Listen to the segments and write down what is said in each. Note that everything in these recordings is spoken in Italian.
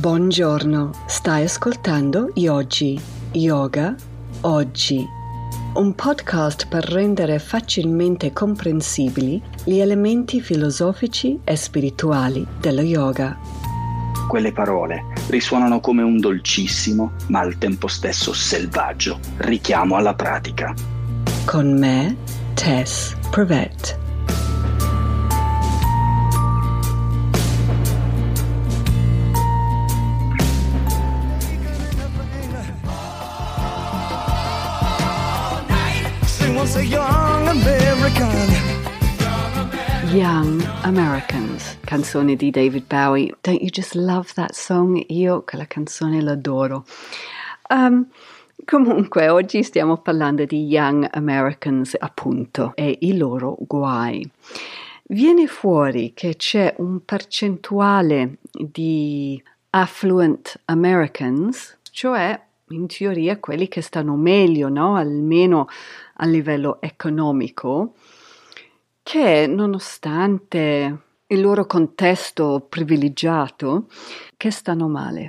Buongiorno, stai ascoltando Yogi, Yoga Oggi, un podcast per rendere facilmente comprensibili gli elementi filosofici e spirituali dello yoga. Quelle parole risuonano come un dolcissimo, ma al tempo stesso selvaggio, richiamo alla pratica. Con me, Tess Prevet. Young Americans, canzone di David Bowie. Don't you just love that song? Io quella canzone l'adoro. Comunque, oggi stiamo parlando di Young Americans, appunto, e i loro guai. Viene fuori che c'è un percentuale di affluent Americans, cioè in teoria quelli che stanno meglio, no? Almeno a livello economico, che nonostante il loro contesto privilegiato, che stanno male.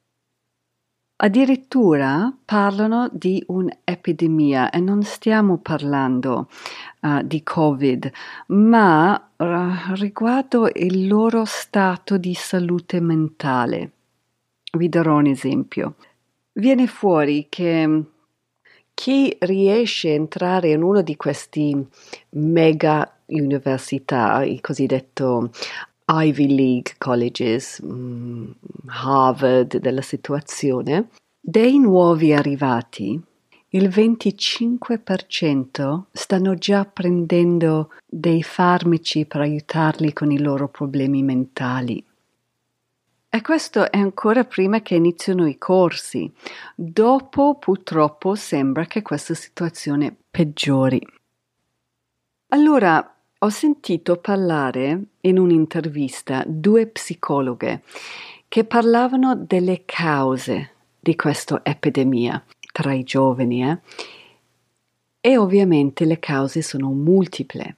Addirittura parlano di un'epidemia e non stiamo parlando di Covid, ma riguardo il loro stato di salute mentale. Vi darò un esempio. Viene fuori che chi riesce a entrare in uno di questi mega università, il cosiddetto Ivy League colleges, Harvard della situazione, dei nuovi arrivati, il 25% stanno già prendendo dei farmaci per aiutarli con i loro problemi mentali. E questo è ancora prima che iniziano i corsi. Dopo, purtroppo, sembra che questa situazione peggiori. Allora, ho sentito parlare in un'intervista due psicologhe che parlavano delle cause di questa epidemia tra i giovani, e ovviamente le cause sono multiple.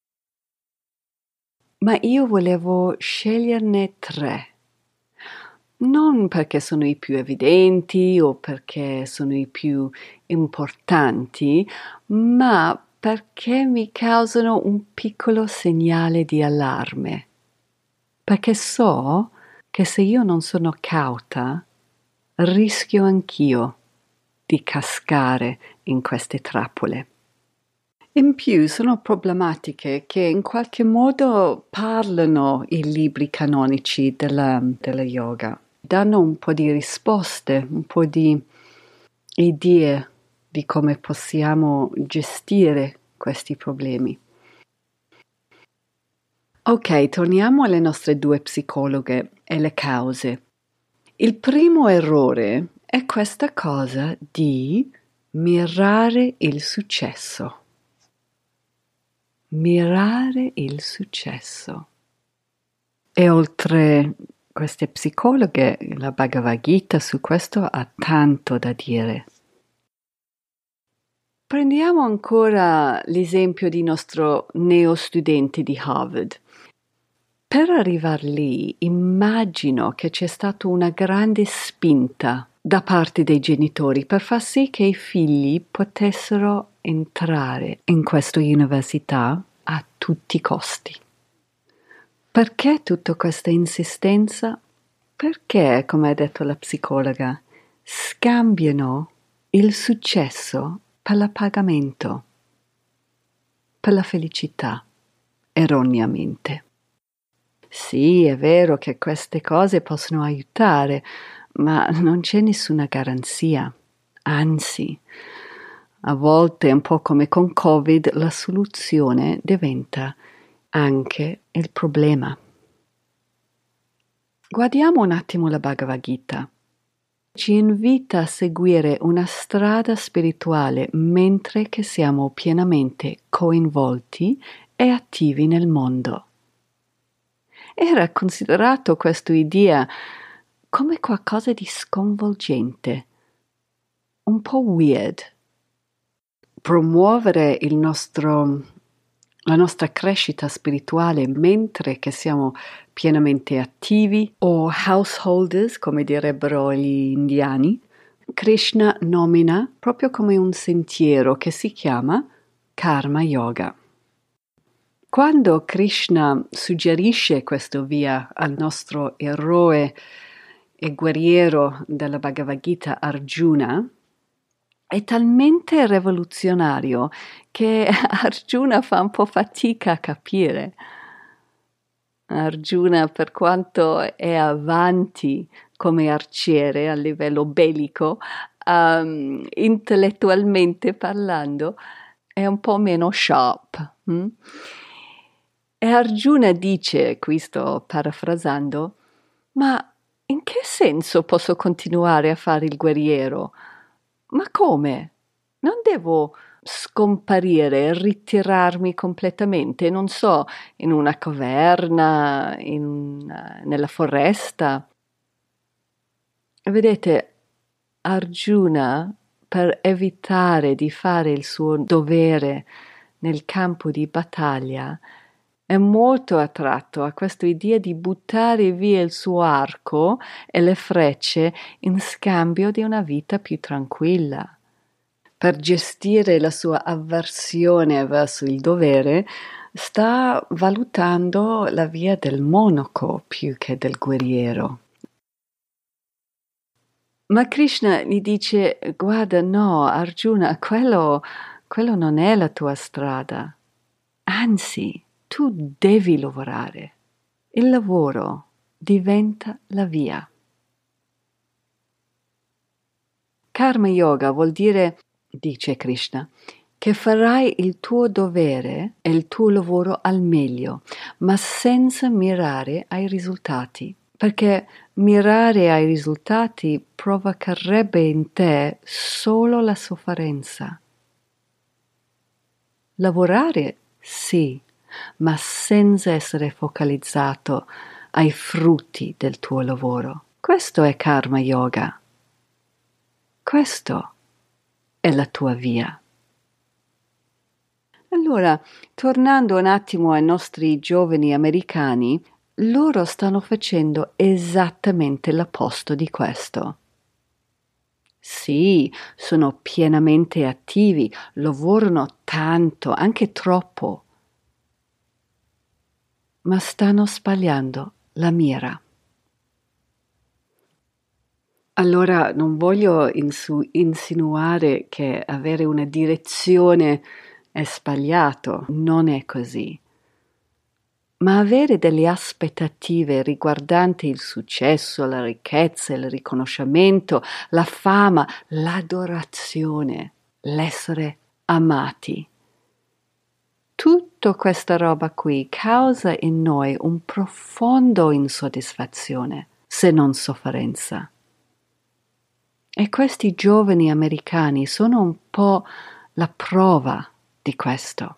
Ma io volevo sceglierne tre. Non perché sono i più evidenti o perché sono i più importanti, ma perché mi causano un piccolo segnale di allarme. Perché so che se io non sono cauta, rischio anch'io di cascare in queste trappole. In più sono problematiche che in qualche modo parlano i libri canonici della yoga. Danno un po' di risposte, un po' di idee di come possiamo gestire questi problemi. Ok, torniamo alle nostre due psicologhe e le cause. Il primo errore è questa cosa di mirare il successo. Mirare il successo. E oltre queste psicologhe, la Bhagavad Gita su questo ha tanto da dire. Prendiamo ancora l'esempio di nostro neo-studente di Harvard. Per arrivare lì, immagino che c'è stata una grande spinta da parte dei genitori per far sì che i figli potessero entrare in questa università a tutti i costi. Perché tutta questa insistenza? Perché, come ha detto la psicologa, scambiano il successo per l'appagamento, per la felicità, erroneamente. Sì, è vero che queste cose possono aiutare, ma non c'è nessuna garanzia. Anzi, a volte, un po' come con Covid, la soluzione diventa anche il problema. Guardiamo un attimo la Bhagavad Gita. Ci invita a seguire una strada spirituale mentre che siamo pienamente coinvolti e attivi nel mondo. Era considerato questa idea come qualcosa di sconvolgente, un po' weird. Promuovere il nostro la nostra crescita spirituale mentre che siamo pienamente attivi o householders, come direbbero gli indiani, Krishna nomina proprio come un sentiero che si chiama Karma Yoga. Quando Krishna suggerisce questa via al nostro eroe e guerriero della Bhagavad Gita Arjuna, è talmente rivoluzionario che Arjuna fa un po' fatica a capire. Arjuna, per quanto è avanti come arciere a livello bellico, intellettualmente parlando, è un po' meno sharp. E Arjuna dice, qui sto parafrasando, ma in che senso posso continuare a fare il guerriero? Ma come? Non devo scomparire, ritirarmi completamente, non so, in una caverna, nella foresta? Vedete, Arjuna, per evitare di fare il suo dovere nel campo di battaglia, è molto attratto a questa idea di buttare via il suo arco e le frecce in scambio di una vita più tranquilla. Per gestire la sua avversione verso il dovere, sta valutando la via del monaco più che del guerriero. Ma Krishna gli dice: guarda, no, Arjuna, quello non è la tua strada. Anzi, tu devi lavorare. Il lavoro diventa la via. Karma Yoga vuol dire, dice Krishna, che farai il tuo dovere e il tuo lavoro al meglio, ma senza mirare ai risultati, perché mirare ai risultati provocherebbe in te solo la sofferenza. Lavorare, sì, ma senza essere focalizzato ai frutti del tuo lavoro. Questo è Karma Yoga. Questo è la tua via. Allora, tornando un attimo ai nostri giovani americani, loro stanno facendo esattamente l'opposto di questo. Sì, sono pienamente attivi, lavorano tanto, anche troppo, ma stanno sbagliando la mira. Allora, non voglio insinuare che avere una direzione è sbagliato, non è così. Ma avere delle aspettative riguardanti il successo, la ricchezza, il riconoscimento, la fama, l'adorazione, l'essere amati. Tutta questa roba qui causa in noi un profondo insoddisfazione, se non sofferenza. E questi giovani americani sono un po' la prova di questo.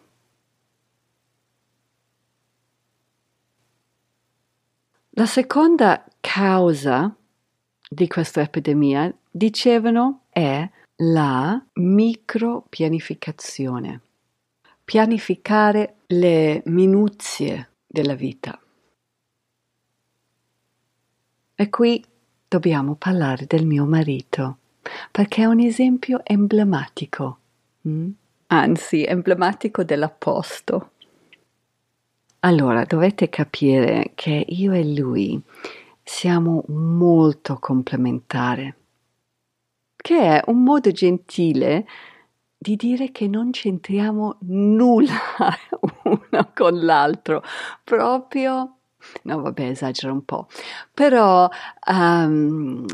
La seconda causa di questa epidemia, dicevano, è la micropianificazione. Pianificare le minuzie della vita. E qui dobbiamo parlare del mio marito, perché è un esempio emblematico, anzi emblematico dell'opposto. Allora, dovete capire che io e lui siamo molto complementari, che è un modo gentile di dire che non c'entriamo nulla uno con l'altro, proprio, no vabbè, esagero un po', però ad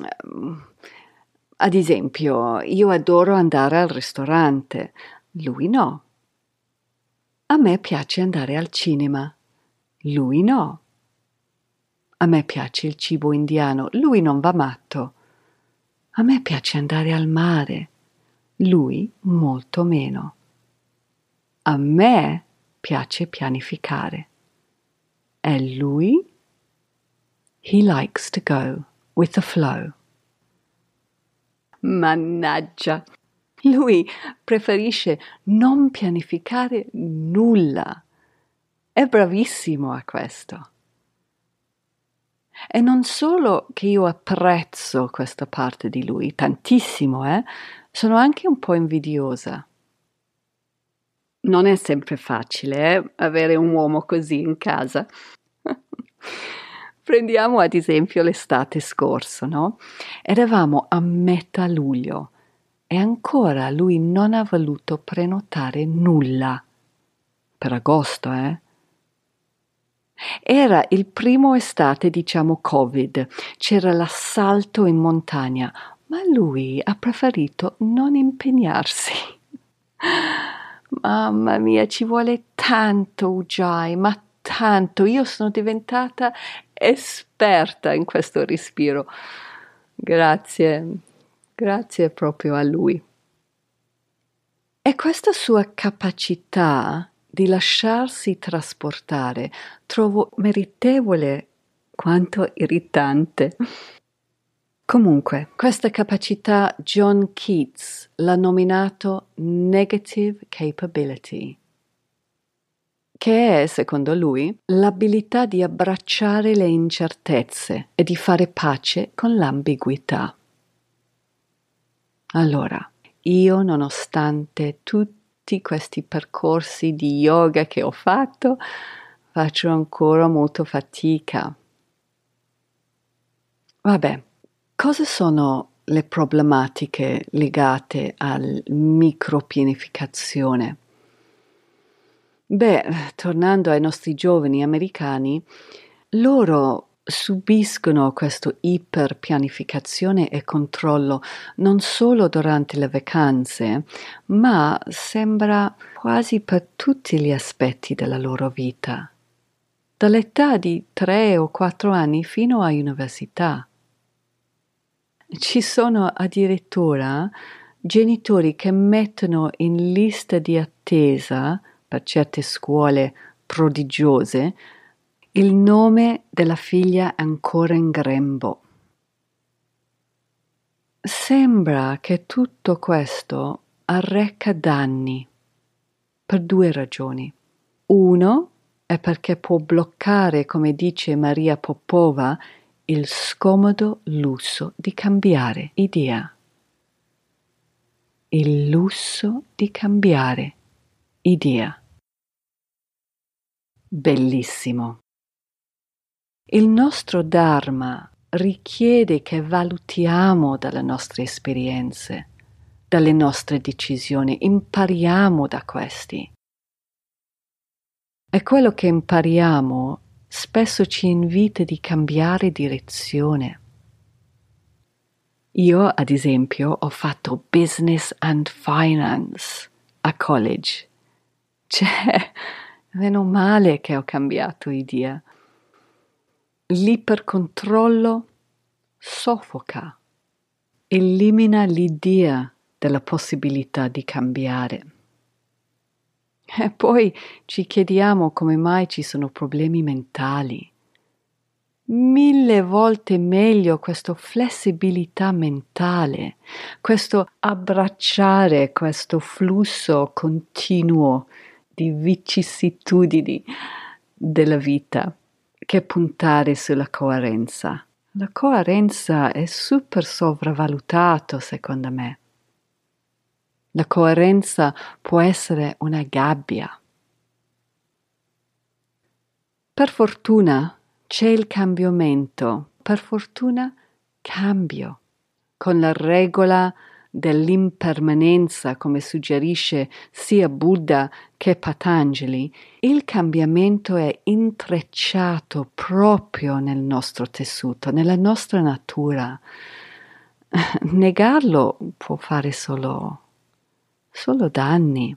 esempio io adoro andare al ristorante, lui no. A me piace andare al cinema, lui no. A me piace il cibo indiano, lui non va matto. A me piace andare al mare, lui molto meno. A me piace pianificare. E lui, he likes to go with the flow. Mannaggia, lui preferisce non pianificare nulla. È bravissimo a questo. E non solo che io apprezzo questa parte di lui, tantissimo, sono anche un po' invidiosa. Non è sempre facile, avere un uomo così in casa. Prendiamo ad esempio l'estate scorsa, no? Eravamo a metà luglio e ancora lui non ha voluto prenotare nulla. Per agosto, Era il primo estate, diciamo, Covid. C'era l'assalto in montagna, ma lui ha preferito non impegnarsi. Mamma mia, ci vuole tanto, Ujjayi, ma tanto. Io sono diventata esperta in questo respiro. Grazie proprio a lui. E questa sua capacità di lasciarsi trasportare trovo meritevole quanto irritante. Comunque, questa capacità John Keats l'ha nominato negative capability, che è, secondo lui, l'abilità di abbracciare le incertezze e di fare pace con l'ambiguità. Allora, io, nonostante tutti questi percorsi di yoga che ho fatto, faccio ancora molto fatica. Vabbè, cosa sono le problematiche legate al micropianificazione? Beh, tornando ai nostri giovani americani, loro subiscono questo iperpianificazione e controllo non solo durante le vacanze, ma sembra quasi per tutti gli aspetti della loro vita, dall'età di 3 o 4 anni fino all'università. Ci sono addirittura genitori che mettono in lista di attesa per certe scuole prodigiose il nome della figlia ancora in grembo. Sembra che tutto questo arreca danni per 2 ragioni. Uno è perché può bloccare, come dice Maria Popova, il scomodo lusso di cambiare idea. Il lusso di cambiare idea. Bellissimo. Il nostro Dharma richiede che valutiamo dalle nostre esperienze, dalle nostre decisioni, impariamo da questi. E quello che impariamo spesso ci invita di cambiare direzione. Io, ad esempio, ho fatto Business and Finance a college. Meno male che ho cambiato idea. L'ipercontrollo soffoca, elimina l'idea della possibilità di cambiare. E poi ci chiediamo come mai ci sono problemi mentali. 1000 volte meglio questa flessibilità mentale, questo abbracciare questo flusso continuo di vicissitudini della vita, che puntare sulla coerenza. La coerenza è super sopravvalutato, secondo me. La coerenza può essere una gabbia. Per fortuna c'è il cambiamento, per fortuna cambio, con la regola dell'impermanenza, come suggerisce sia Buddha che Patanjali. Il cambiamento è intrecciato proprio nel nostro tessuto, nella nostra natura. Negarlo può fare solo danni.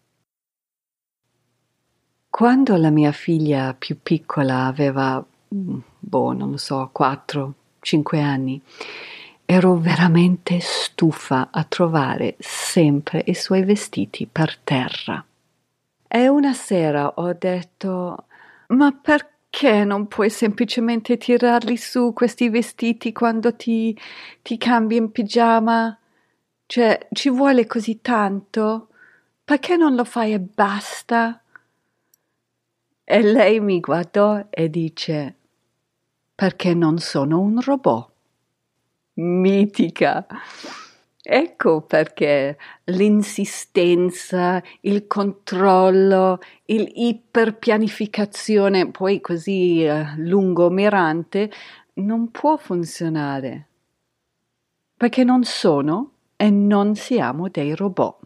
Quando la mia figlia più piccola aveva, non lo so, 4-5 anni, ero veramente stufa a trovare sempre i suoi vestiti per terra. E una sera ho detto: ma perché non puoi semplicemente tirarli su questi vestiti quando ti cambi in pigiama? Cioè, ci vuole così tanto? Perché non lo fai e basta? E lei mi guardò e dice: perché non sono un robot. Mitica. Ecco perché l'insistenza, il controllo, l'iperpianificazione, poi così lungomirante, non può funzionare. Perché non sono e non siamo dei robot.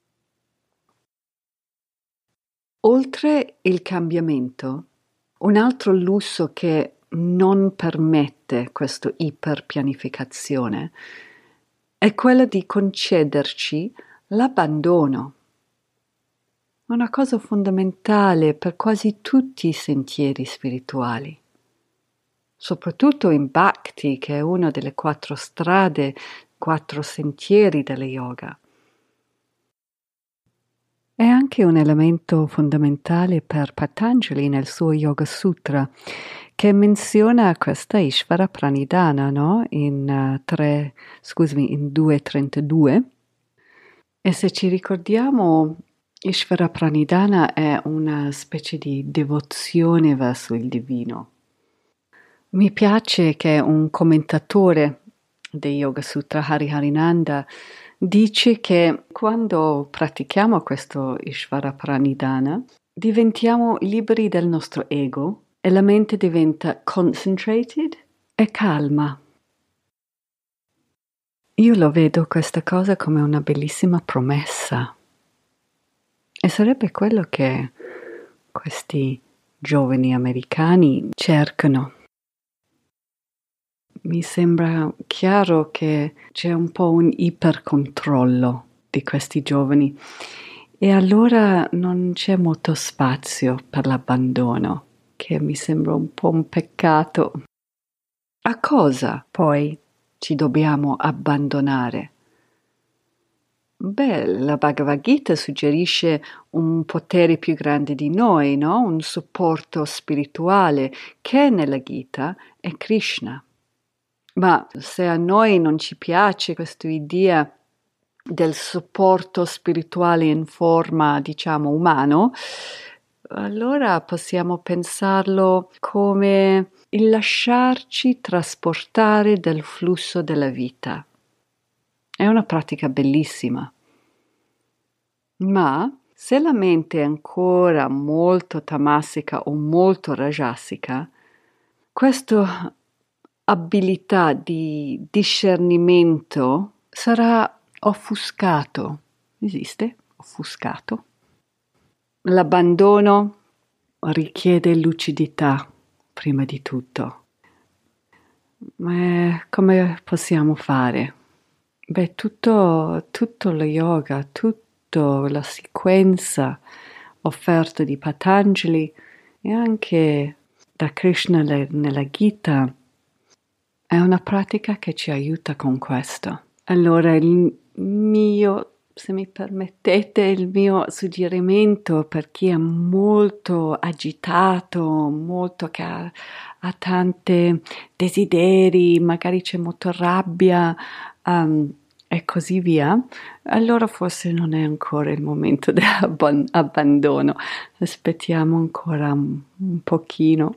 Oltre il cambiamento, un altro lusso che non permette questa iperpianificazione è quello di concederci l'abbandono. Una cosa fondamentale per quasi tutti i sentieri spirituali, soprattutto in Bhakti, che è una delle 4 strade, 4 sentieri dello yoga. È anche un elemento fondamentale per Patanjali nel suo Yoga Sutra, che menziona questa Ishvara Pranidhana, no? In 2.32. E se ci ricordiamo, Ishvara Pranidhana è una specie di devozione verso il divino. Mi piace che un commentatore dei Yoga Sutra, Hari Harinanda, dice che quando pratichiamo questo Ishvara Pranidhana diventiamo liberi del nostro ego e la mente diventa concentrated e calma. Io lo vedo questa cosa come una bellissima promessa e sarebbe quello che questi giovani americani cercano. Mi sembra chiaro che c'è un po' un ipercontrollo di questi giovani e allora non c'è molto spazio per l'abbandono, che mi sembra un po' un peccato. A cosa poi ci dobbiamo abbandonare? Beh, la Bhagavad Gita suggerisce un potere più grande di noi, no? Un supporto spirituale che nella Gita è Krishna. Ma se a noi non ci piace questa idea del supporto spirituale in forma, diciamo, umano, allora possiamo pensarlo come il lasciarci trasportare dal flusso della vita. È una pratica bellissima. Ma se la mente è ancora molto tamasica o molto rajasica, questa abilità di discernimento sarà offuscato. Esiste? Offuscato? L'abbandono richiede lucidità, prima di tutto. Ma come possiamo fare? Beh, tutto lo yoga, tutta la sequenza offerta di Patanjali e anche da Krishna nella Gita è una pratica che ci aiuta con questo. Allora se mi permettete, il mio suggerimento per chi è molto agitato, molto che ha tanti desideri, magari c'è molta rabbia e così via, allora forse non è ancora il momento dell'abbandono. Aspettiamo ancora un pochino.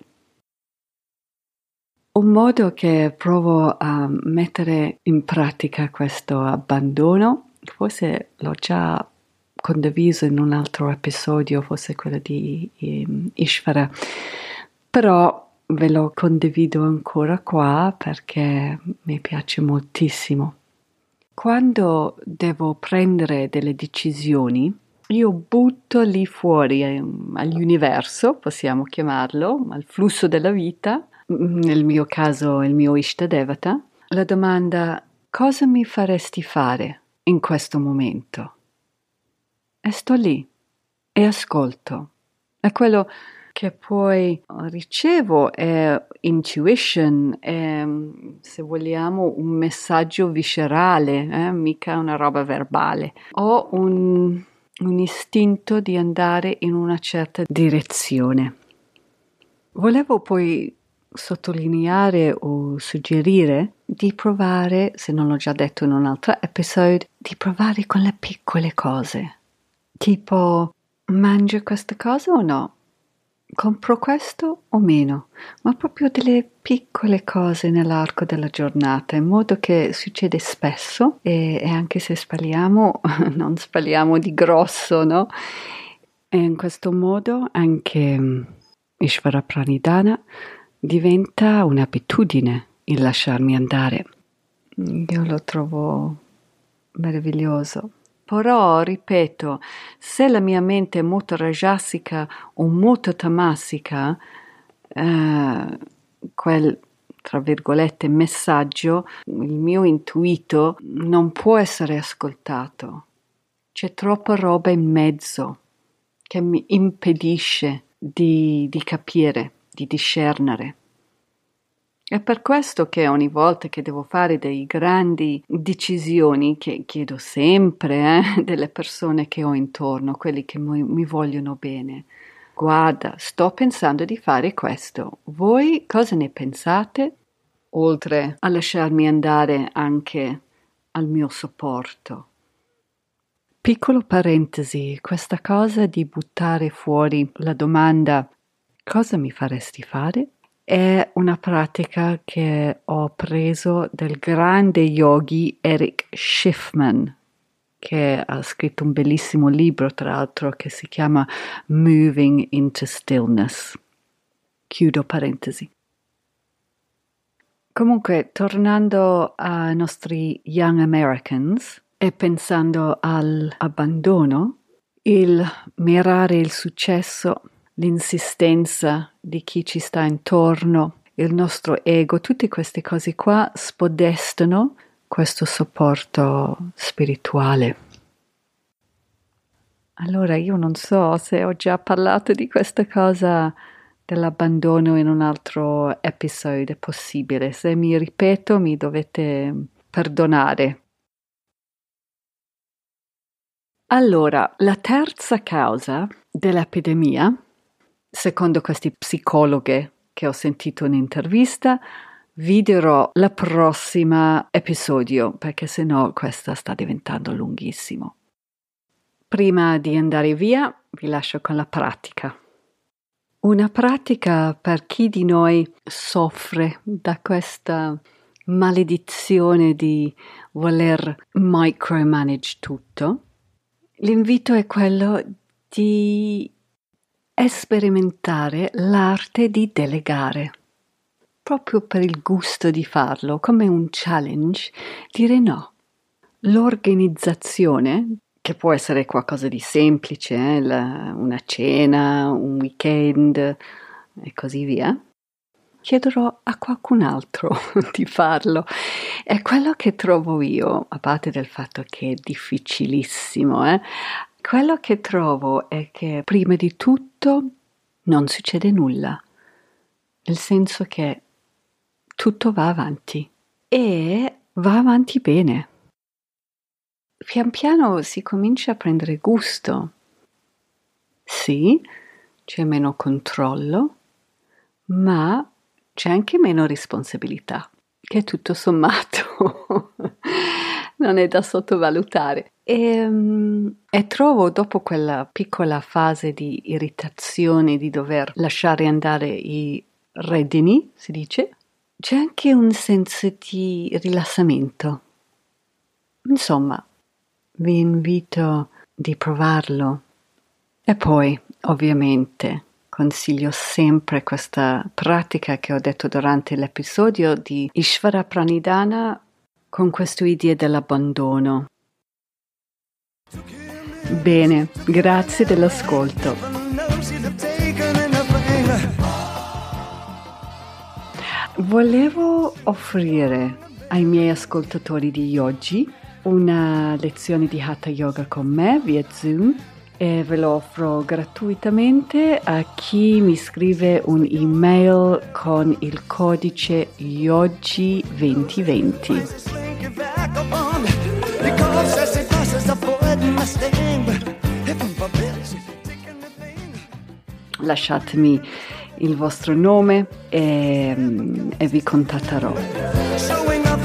Un modo che provo a mettere in pratica questo abbandono, forse l'ho già condiviso in un altro episodio, forse quello di Ishvara, però ve lo condivido ancora qua perché mi piace moltissimo. Quando devo prendere delle decisioni, io butto lì fuori all'universo, possiamo chiamarlo, al flusso della vita, nel mio caso il mio Ishtadevata, la domanda: cosa mi faresti fare in questo momento? E sto lì e ascolto. È quello che poi ricevo è intuition, è, se vogliamo, un messaggio viscerale, mica una roba verbale. Ho un istinto di andare in una certa direzione. Volevo poi sottolineare o suggerire di provare, se non l'ho già detto in un altro episodio, di provare con le piccole cose. Tipo, mangio questa cosa o no? compro questo o meno, ma proprio delle piccole cose nell'arco della giornata, in modo che succede spesso e anche se sbagliamo, non sbagliamo di grosso, no? E in questo modo anche Ishvara Pranidhana diventa un'abitudine il lasciarmi andare. Io lo trovo meraviglioso. Però, ripeto, se la mia mente è molto rajasica o molto tamasica, quel, tra virgolette, messaggio, il mio intuito non può essere ascoltato. C'è troppa roba in mezzo che mi impedisce di capire, di discernere. È per questo che ogni volta che devo fare dei grandi decisioni, che chiedo sempre delle persone che ho intorno, quelli che mi vogliono bene, guarda, sto pensando di fare questo, voi cosa ne pensate? Oltre a lasciarmi andare anche al mio supporto. Piccolo parentesi, questa cosa di buttare fuori la domanda cosa mi faresti fare? È una pratica che ho preso dal grande yogi Eric Schiffman, che ha scritto un bellissimo libro, tra l'altro, che si chiama Moving into Stillness. Chiudo parentesi. Comunque, tornando ai nostri Young Americans e pensando all'abbandono, il mirare il successo, l'insistenza di chi ci sta intorno, il nostro ego, tutte queste cose qua spodestano questo supporto spirituale. Allora io non so se ho già parlato di questa cosa dell'abbandono in un altro episodio, è possibile. Se mi ripeto mi dovete perdonare. Allora, la terza causa dell'epidemia, secondo queste psicologhe che ho sentito in intervista, vi dirò la prossima episodio, perché sennò questa sta diventando lunghissimo. Prima di andare via, vi lascio con la pratica. Una pratica per chi di noi soffre da questa maledizione di voler micromanage tutto. L'invito è quello di sperimentare l'arte di delegare, proprio per il gusto di farlo, come un challenge, dire no. L'organizzazione, che può essere qualcosa di semplice, una cena, un weekend e così via, chiederò a qualcun altro di farlo. È quello che trovo io, a parte del fatto che è difficilissimo, quello che trovo è che prima di tutto non succede nulla, nel senso che tutto va avanti e va avanti bene. Pian piano si comincia a prendere gusto. Sì, c'è meno controllo, ma c'è anche meno responsabilità, che tutto sommato non è da sottovalutare. E trovo dopo quella piccola fase di irritazione di dover lasciare andare i redini, si dice, c'è anche un senso di rilassamento. Insomma, vi invito di provarlo. E poi, ovviamente, consiglio sempre questa pratica che ho detto durante l'episodio di Ishvara Pranidhana con questa idea dell'abbandono. Bene, grazie dell'ascolto. Volevo offrire ai miei ascoltatori di oggi una lezione di Hatha Yoga con me via Zoom e ve lo offro gratuitamente a chi mi scrive un'email con il codice YOGI2020. Lasciatemi il vostro nome e vi contatterò.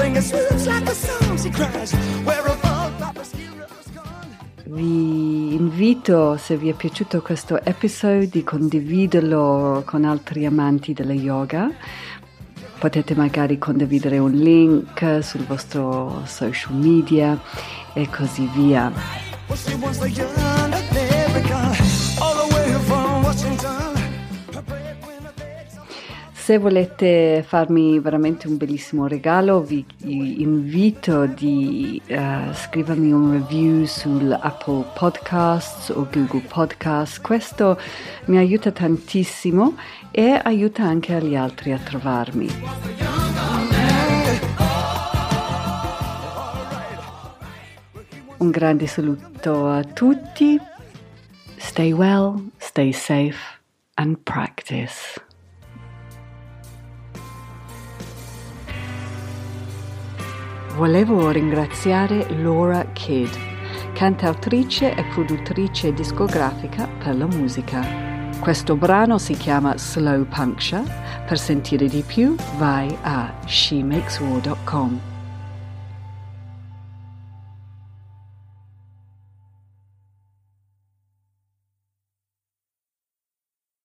Vi invito invito, se vi è piaciuto questo episodio, di condividerlo con altri amanti della yoga. Potete magari condividere un link sul vostro social media e così via. Se volete farmi veramente un bellissimo regalo, vi invito di scrivermi un review sull'Apple Podcasts o Google Podcasts. Questo mi aiuta tantissimo e aiuta anche gli altri a trovarmi. Un grande saluto a tutti. Stay well, stay safe and practice. Volevo ringraziare Laura Kidd, cantautrice e produttrice discografica per la musica. Questo brano si chiama Slow Puncture. Per sentire di più vai a shemakeswar.com.